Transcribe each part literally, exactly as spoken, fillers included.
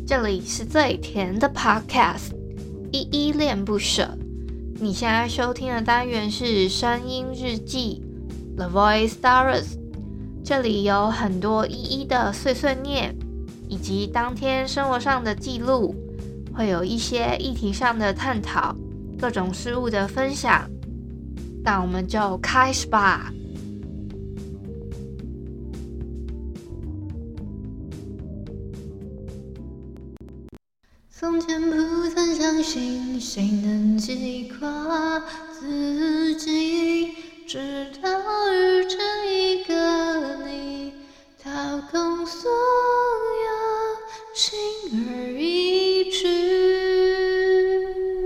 这里是最甜的 Podcast， 依依恋不舍。你现在收听的单元是声音日记 The Voice Diaries， 这里有很多依依的碎碎念，以及当天生活上的记录，会有一些议题上的探讨，各种事物的分享。那我们就开始吧。从前不曾相信谁能击垮自己，直到遇见一个你，掏空所有，轻而易举。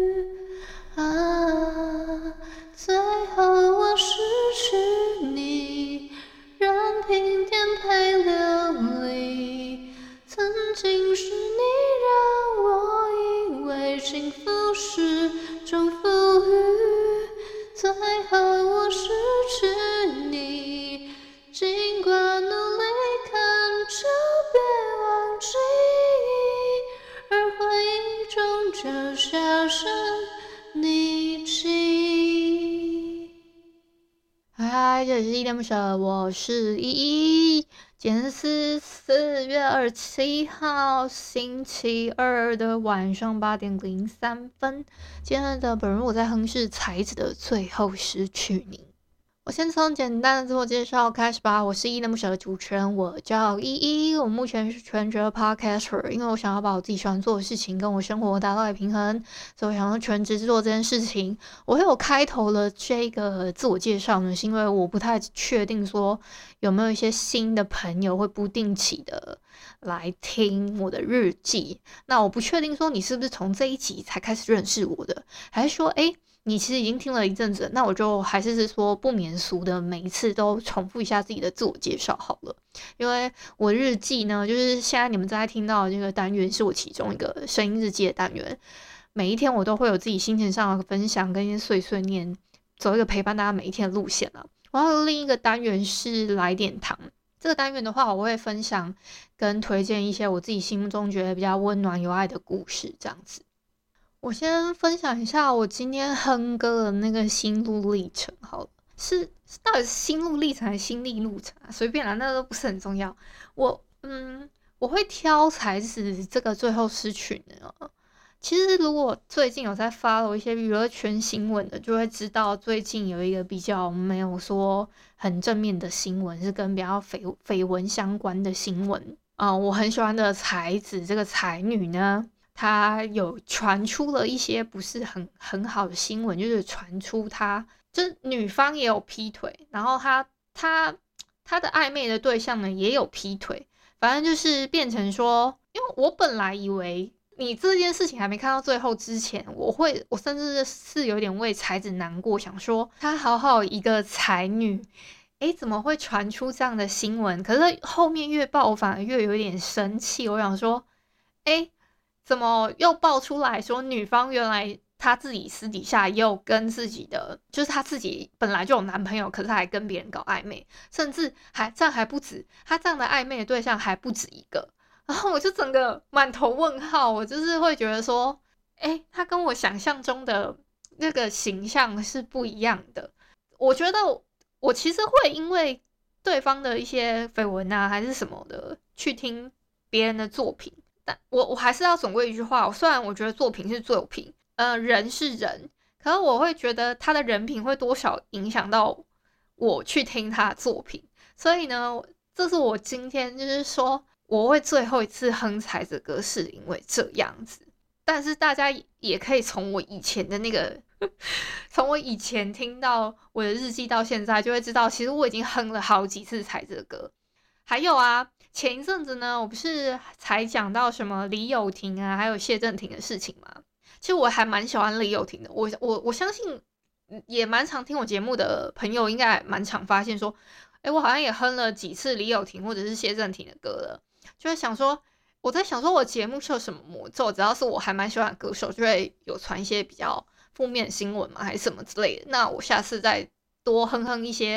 啊，最后我失去你，任凭颠沛流离，曾经是你让我以为幸福是种富裕，最后我失去你，尽管努力恳求别忘记，而回忆终究销声匿迹。嗨，这里是依恋不舍，我是依依。今天是四月二十七号星期二的晚上八点零三分。今天的本人我在哼是才子的最后失去你。我先从简单的自我介绍开始吧。我是依恋不舍的主持人，我叫依依。我目前是全职 podcaster， 因为我想要把我自己喜欢做的事情跟我生活达到一个平衡，所以我想要全职做这件事情。我会有开头的这个自我介绍呢，是因为我不太确定说有没有一些新的朋友会不定期的来听我的日记。那我不确定说你是不是从这一集才开始认识我的，还是说诶你其实已经听了一阵子，那我就还是说不免俗的每一次都重复一下自己的自我介绍好了。因为我日记呢，就是现在你们在听到的这个单元是我其中一个声音日记的单元，每一天我都会有自己心情上的分享跟一些碎碎念，走一个陪伴大家每一天的路线啊。然后另一个单元是来点糖，这个单元的话我会分享跟推荐一些我自己心目中觉得比较温暖有爱的故事这样子。我先分享一下我今天哼歌的那个心路历程好了，是到底是心路历程还是心历路程啊？随便啦，那都不是很重要。我嗯，我会挑才子这个最后失去呢。其实如果最近有在 follow 一些娱乐圈新闻的，就会知道最近有一个比较没有说很正面的新闻，是跟比较绯绯闻相关的新闻啊、呃。我很喜欢的才子这个才女呢，她有传出了一些不是很很好的新闻，就是传出她就是女方也有劈腿，然后她她她的暧昧的对象呢也有劈腿，反正就是变成说，因为我本来以为你这件事情还没看到最后之前，我会我甚至是有点为才子难过，想说她好好一个才女，诶怎么会传出这样的新闻？可是后面越爆我反而越有点生气，我想说诶怎么又爆出来说女方原来她自己私底下也有跟自己的，就是她自己本来就有男朋友，可是她还跟别人搞暧昧，甚至还这样还不止，她这样的暧昧的对象还不止一个。然后我就整个满头问号，我就是会觉得说诶她跟我想象中的那个形象是不一样的。我觉得我其实会因为对方的一些绯闻啊还是什么的去听别人的作品，但我我还是要总归一句话，虽然我觉得作品是作品，呃，人是人，可是我会觉得他的人品会多少影响到我去听他的作品，所以呢，这是我今天就是说我会最后一次哼才子歌，是因为这样子。但是大家也可以从我以前的那个，从我以前听到我的日记到现在，就会知道，其实我已经哼了好几次才子的歌。还有啊，前一阵子呢，我不是才讲到什么李友廷啊，还有谢震廷的事情吗？其实我还蛮喜欢李友廷的，我我我相信也蛮常听我节目的朋友应该蛮常发现说，诶我好像也哼了几次李友廷或者是谢震廷的歌了，就会想说，我在想说我节目是有什么魔咒，只要是我还蛮喜欢的歌手，就会有传一些比较负面的新闻嘛，还是什么之类的。那我下次再多哼哼一些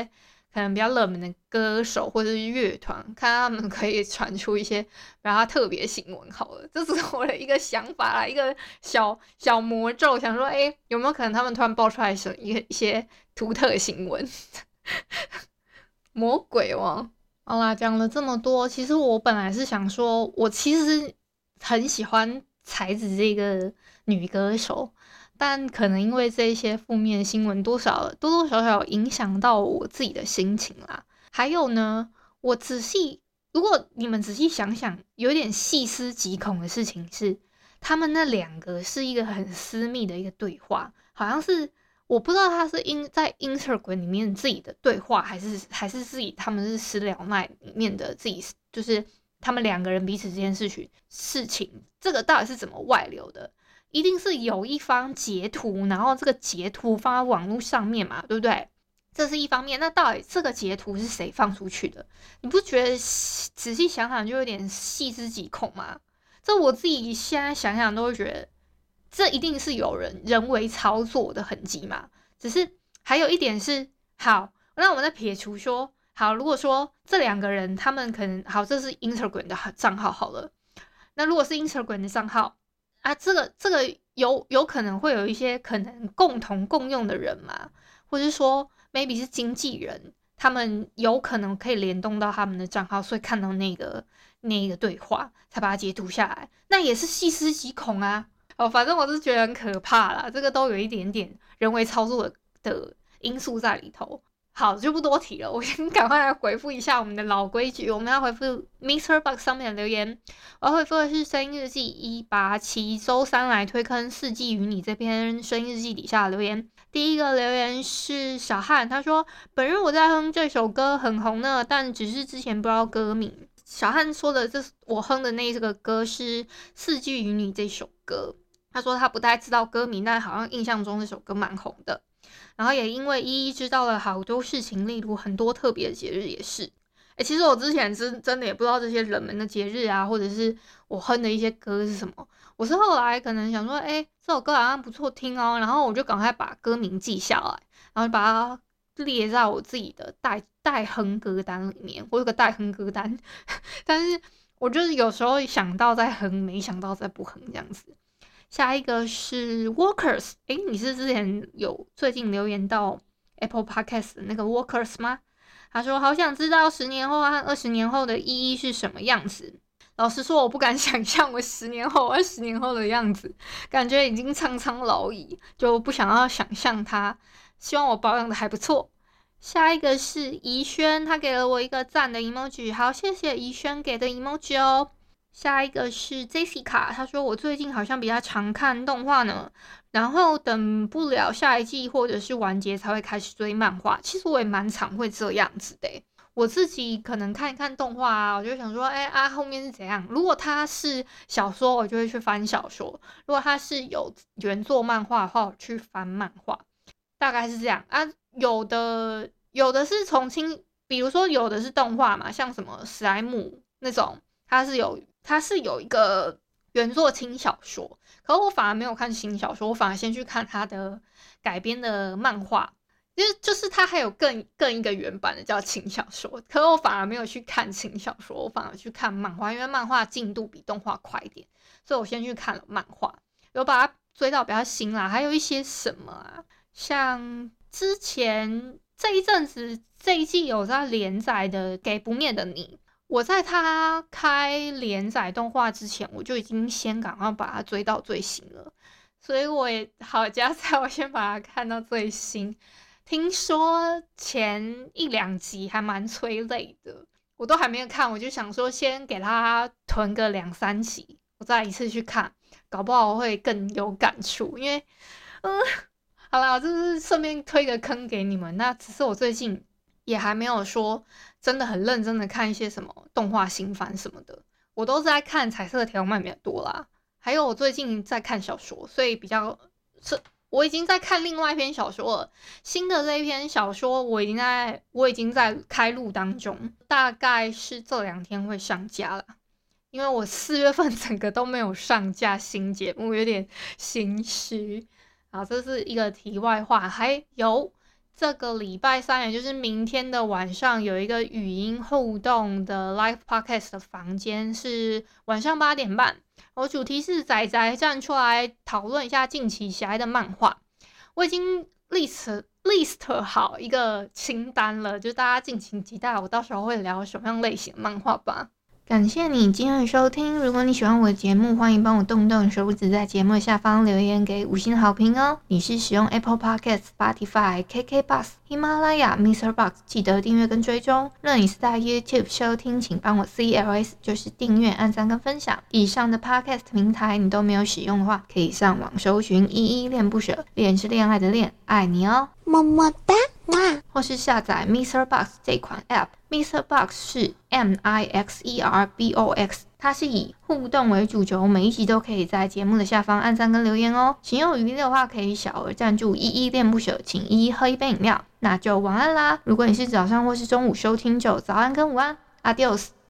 可能比较冷门的歌手或者是乐团，看他们可以传出一些比较特别新闻好了。这是我的一个想法啦，一个小小魔咒，想说，哎，有没有可能他们突然爆出来什一一些独特的新闻？魔鬼王。好啦，讲了这么多，其实我本来是想说，我其实很喜欢才子这个女歌手，但可能因为这些负面新闻，多少多多少少影响到我自己的心情啦。还有呢，我仔细，如果你们仔细想想，有点细思极恐的事情是，他们那两个是一个很私密的一个对话，好像是。我不知道他是因在 Instagram 里面自己的对话，还是还是自己他们是私聊那里面的自己，就是他们两个人彼此之间事情事情，这个到底是怎么外流的？一定是有一方截图，然后这个截图放在网络上面嘛，对不对？这是一方面，那到底这个截图是谁放出去的？你不觉得仔细想想就有点细思极恐吗？这我自己现在想想都会觉得。这一定是有人人为操作的痕迹嘛？只是还有一点是，好，那我们再撇除说，好，如果说这两个人他们可能好，这是 Instagram 的账号好了，那如果是 Instagram 的账号啊，这个这个有有可能会有一些可能共同共用的人嘛，或者是说 maybe 是经纪人，他们有可能可以联动到他们的账号，所以看到那个那个对话才把它截图下来，那也是细思极恐啊。哦，反正我是觉得很可怕啦，这个都有一点点人为操作的因素在里头。好，就不多提了，我先赶快来回复一下我们的老规矩，我们要回复 Mister Box 上面的留言。我要回复的是声音日记一八七，周三来推坑四季与你这篇声音日记底下的留言。第一个留言是小汉，他说本日我在哼这首歌很红呢，但只是之前不知道歌名。小汉说的这我哼的那这个歌是《四季与你》这首歌。他说他不太知道歌名，但好像印象中这首歌蛮红的。然后也因为一一知道了好多事情，例如很多特别的节日也是。哎，其实我之前真真的也不知道这些冷门的节日啊，或者是我哼的一些歌是什么。我是后来可能想说，哎，这首歌好像不错听哦，然后我就赶快把歌名记下来，然后把它列在我自己的待待哼歌单里面。我有个待哼歌单，但是我就是有时候想到再哼，没想到再不哼这样子。下一个是 Workers， 诶，你是之前有最近留言到 Apple Podcast 的那个 Workers 吗？他说好想知道十年后和二十年后的意义是什么样子。老实说，我不敢想象我十年后、二十年后的样子，感觉已经苍苍老矣，就不想要想象它。希望我保养的还不错。下一个是怡轩，他给了我一个赞的 emoji， 好，谢谢怡轩给的 emoji 哦。下一个是 Jessica， 她说我最近好像比较常看动画呢，然后等不了下一季或者是完结才会开始追漫画。其实我也蛮常会这样子的，我自己可能看一看动画啊，我就想说，哎、欸、啊后面是怎样？如果它是小说，我就会去翻小说；如果它是有原作漫画的话，我去翻漫画，大概是这样啊。有的有的是从轻，比如说有的是动画嘛，像什么史莱姆那种，它是有。它是有一个原作轻小说，可是我反而没有看轻小说，我反而先去看它的改编的漫画，就是就是它还有更更一个原版的叫轻小说，可是我反而没有去看轻小说，我反而去看漫画，因为漫画进度比动画快一点，所以我先去看了漫画，有把它追到比较新啦。还有一些什么啊，像之前这一阵子这一季有在连载的《给不灭的你》。我在他开连载动画之前，我就已经先赶快把它追到最新了，所以我也好加在我先把它看到最新。听说前一两集还蛮催泪的，我都还没有看，我就想说先给他囤个两三集，我再一次去看，搞不好会更有感触。因为，嗯，好啦，我就是顺便推个坑给你们。那只是我最近也还没有说真的很认真的看一些什么动画新番什么的，我都是在看彩色条漫比较多啦。还有我最近在看小说，所以比较是我已经在看另外一篇小说了。新的这一篇小说我已经在我已经在开录当中，大概是这两天会上架了。因为我四月份整个都没有上架新节目，有点心虚。好，这是一个题外话。还有这个礼拜三，也就是明天的晚上，有一个语音互动的 live podcast 的房间，是晚上八点半。我主题是仔仔站出来讨论一下近期喜爱的漫画。我已经 list list 好一个清单了，就大家敬请期待我到时候会聊什么样类型的漫画吧。感谢你今天的收听，如果你喜欢我的节目，欢迎帮我动动手指，在节目下方留言给五星好评哦。你是使用 Apple Podcast、Spotify、K K B O X、喜马拉雅、Mister Box， 记得订阅跟追踪。若你是在 YouTube 收听，请帮我 C L S， 就是订阅、按赞跟分享。以上的 Podcast 平台你都没有使用的话，可以上网搜寻依依恋不舍，恋是恋爱的恋，爱你哦，么么哒。或是下载 Mister Box 这款 App，Mister Box 是 M I X E R B O X， 它是以互动为主轴，每一集都可以在节目的下方按赞跟留言哦。行有余力的话，可以小额赞助依依恋不舍，请依依喝一杯饮料。那就晚安啦！如果你是早上或是中午收听，就早安跟午安 ，Adios。